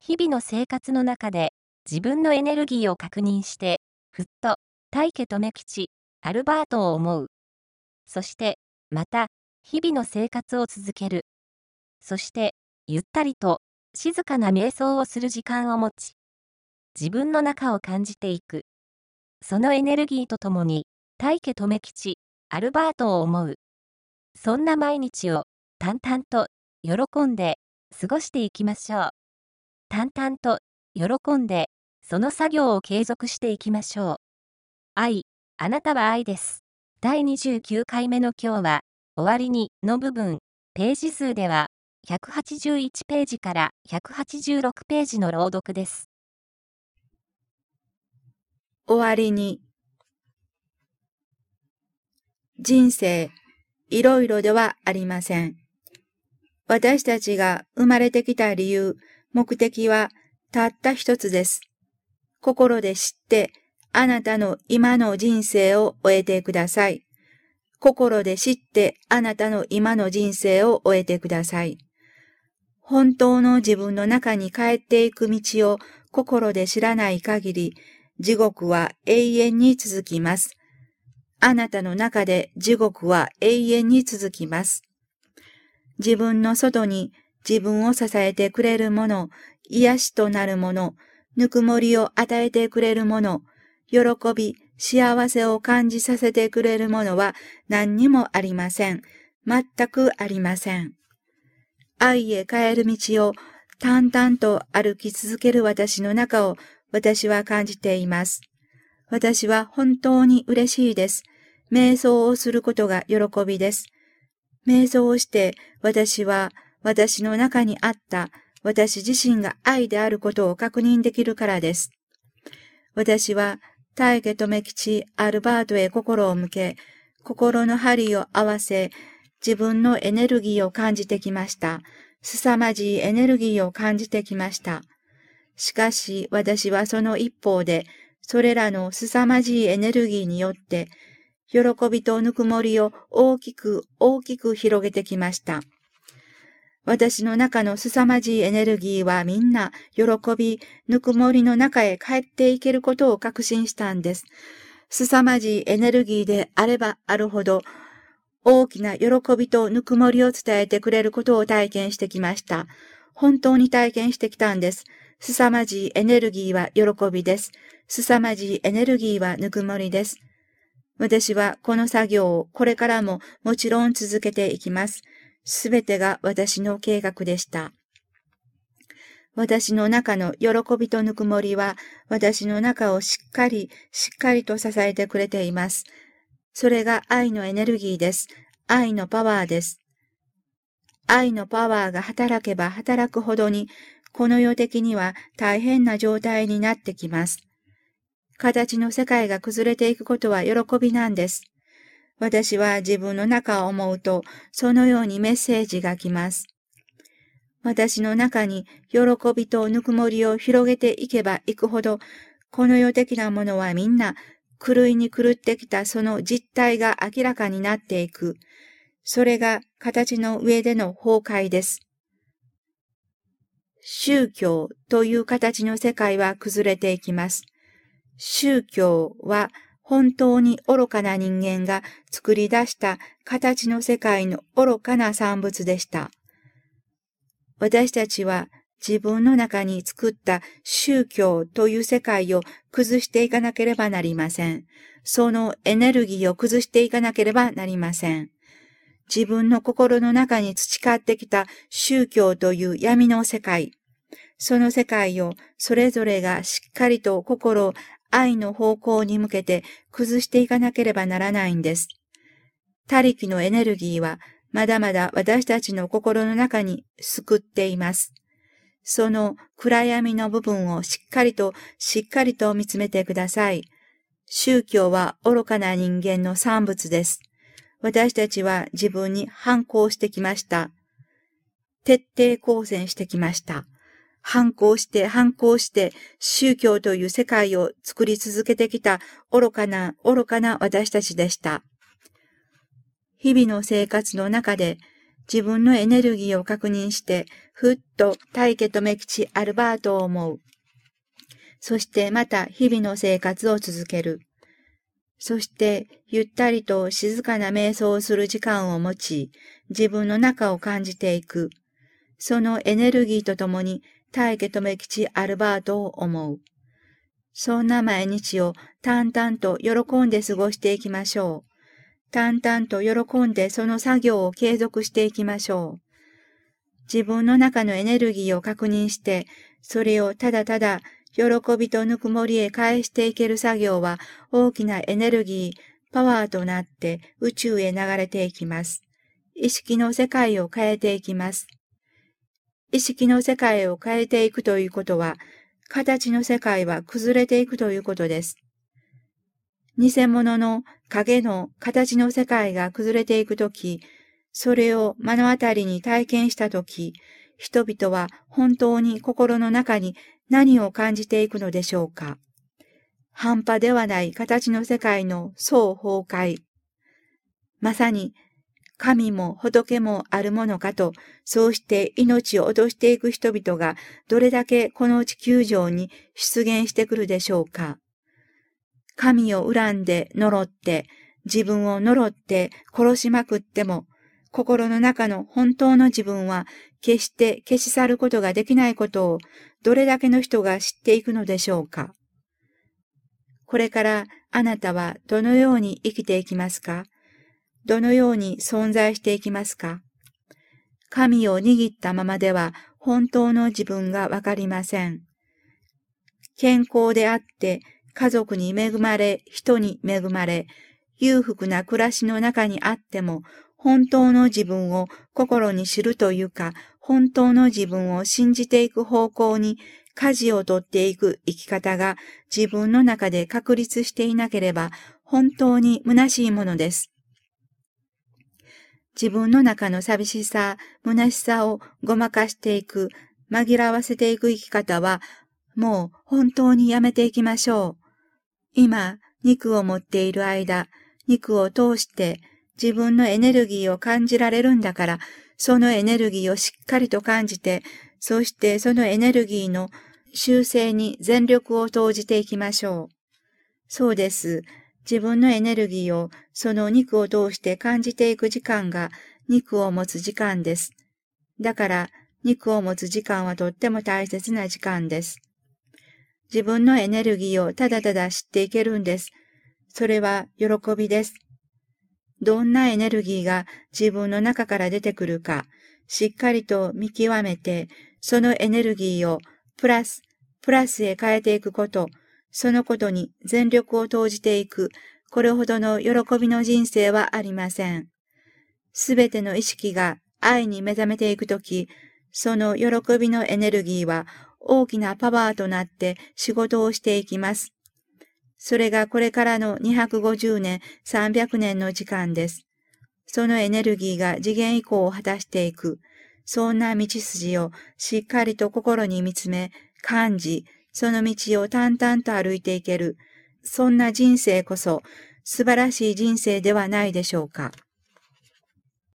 日々の生活の中で自分のエネルギーを確認して、ふっと、大家留吉、アルバートを思う。そして、また、日々の生活を続ける。そして、ゆったりと、静かな瞑想をする時間を持ち、自分の中を感じていく。そのエネルギーとともに、大家留吉、アルバートを思う。そんな毎日を、淡々と、喜んで、過ごしていきましょう。淡々と、喜んで、その作業を継続していきましょう。愛、あなたは愛です。第29回目の今日は、終わりにの部分、ページ数では、181ページから186ページの朗読です。 終わりに。人生、いろいろではありません。私たちが生まれてきた理由、目的はたった一つです。心で知って、あなたの今の人生を終えてください。心で知って、あなたの今の人生を終えてください。本当の自分の中に帰っていく道を心で知らない限り、地獄は永遠に続きます。あなたの中で地獄は永遠に続きます。自分の外に自分を支えてくれるもの、癒しとなるもの、ぬくもりを与えてくれるもの、喜び、幸せを感じさせてくれるものは何にもありません。全くありません。愛へ帰る道を淡々と歩き続ける私の中を私は感じています。私は本当に嬉しいです。瞑想をすることが喜びです。瞑想をして私は私の中にあった私自身が愛であることを確認できるからです。私は大家留吉アルバートへ心を向け、心の針を合わせ、自分のエネルギーを感じてきました。凄まじいエネルギーを感じてきました。しかし私はその一方で、それらの凄まじいエネルギーによって、喜びとぬくもりを大きく広げてきました。私の中の凄まじいエネルギーはみんな喜び、ぬくもりの中へ帰っていけることを確信したんです。凄まじいエネルギーであればあるほど、大きな喜びとぬくもりを伝えてくれることを体験してきました。本当に体験してきたんです。凄まじいエネルギーは喜びです。凄まじいエネルギーはぬくもりです。私はこの作業をこれからももちろん続けていきます。すべてが私の計画でした。私の中の喜びとぬくもりは私の中をしっかりと支えてくれています。それが愛のエネルギーです。愛のパワーです。愛のパワーが働けば働くほどに、この世的には大変な状態になってきます。形の世界が崩れていくことは喜びなんです。私は自分の中を思うと、そのようにメッセージが来ます。私の中に喜びとぬくもりを広げていけばいくほど、この世的なものはみんな狂いに狂ってきたその実態が明らかになっていく。それが形の上での崩壊です。宗教という形の世界は崩れていきます。宗教は本当に愚かな人間が作り出した形の世界の愚かな産物でした。私たちは自分の中に作った宗教という世界を崩していかなければなりません。そのエネルギーを崩していかなければなりません。自分の心の中に培ってきた宗教という闇の世界、その世界をそれぞれがしっかりと心を愛の方向に向けて崩していかなければならないんです。他力のエネルギーはまだまだ私たちの心の中に救っています。その暗闇の部分をしっかりと見つめてください。宗教は愚かな人間の産物です。私たちは自分に反抗してきました。徹底抗戦してきました。反抗して宗教という世界を作り続けてきた愚かな私たちでした。日々の生活の中で自分のエネルギーを確認して、 ふっと大家留吉アルバートを思う。そしてまた日々の生活を続ける。そしてゆったりと静かな瞑想をする時間を持ち、自分の中を感じていく。そのエネルギーとともに大家留吉アルバートを思う。そんな毎日を淡々と喜んで過ごしていきましょう。淡々と喜んでその作業を継続していきましょう。自分の中のエネルギーを確認して、それをただただ喜びとぬくもりへ返していける作業は大きなエネルギー、パワーとなって宇宙へ流れていきます。意識の世界を変えていきます。意識の世界を変えていくということは、形の世界は崩れていくということです。偽物の影の形の世界が崩れていくとき、それを目の当たりに体験したとき、人々は本当に心の中に何を感じていくのでしょうか。半端ではない形の世界の総崩壊。まさに神も仏もあるものかと、そうして命を落としていく人々がどれだけこの地球上に出現してくるでしょうか。神を恨んで呪って、自分を呪って殺しまくっても、心の中の本当の自分は決して消し去ることができないことをどれだけの人が知っていくのでしょうか。これからあなたはどのように生きていきますか？どのように存在していきますか？神を握ったままでは本当の自分がわかりません。健康であって家族に恵まれ、人に恵まれ、裕福な暮らしの中にあっても、本当の自分を心に知るというか、本当の自分を信じていく方向に舵を取っていく生き方が自分の中で確立していなければ、本当に虚しいものです。自分の中の寂しさ、虚しさをごまかしていく、紛らわせていく生き方は、もう本当にやめていきましょう。今、肉を持っている間、肉を通して自分のエネルギーを感じられるんだから、そのエネルギーをしっかりと感じて、そしてそのエネルギーの修正に全力を投じていきましょう。そうです。自分のエネルギーをその肉を通して感じていく時間が肉を持つ時間です。だから肉を持つ時間はとっても大切な時間です。自分のエネルギーをただただ知っていけるんです。それは喜びです。どんなエネルギーが自分の中から出てくるか、しっかりと見極めて、そのエネルギーをプラスへ変えていくこと、そのことに全力を投じていく、これほどの喜びの人生はありません。すべての意識が愛に目覚めていくとき、その喜びのエネルギーは大きなパワーとなって仕事をしていきます。それがこれからの250年、300年の時間です。そのエネルギーが次元移行を果たしていく。そんな道筋をしっかりと心に見つめ、感じ、その道を淡々と歩いていける。そんな人生こそ素晴らしい人生ではないでしょうか。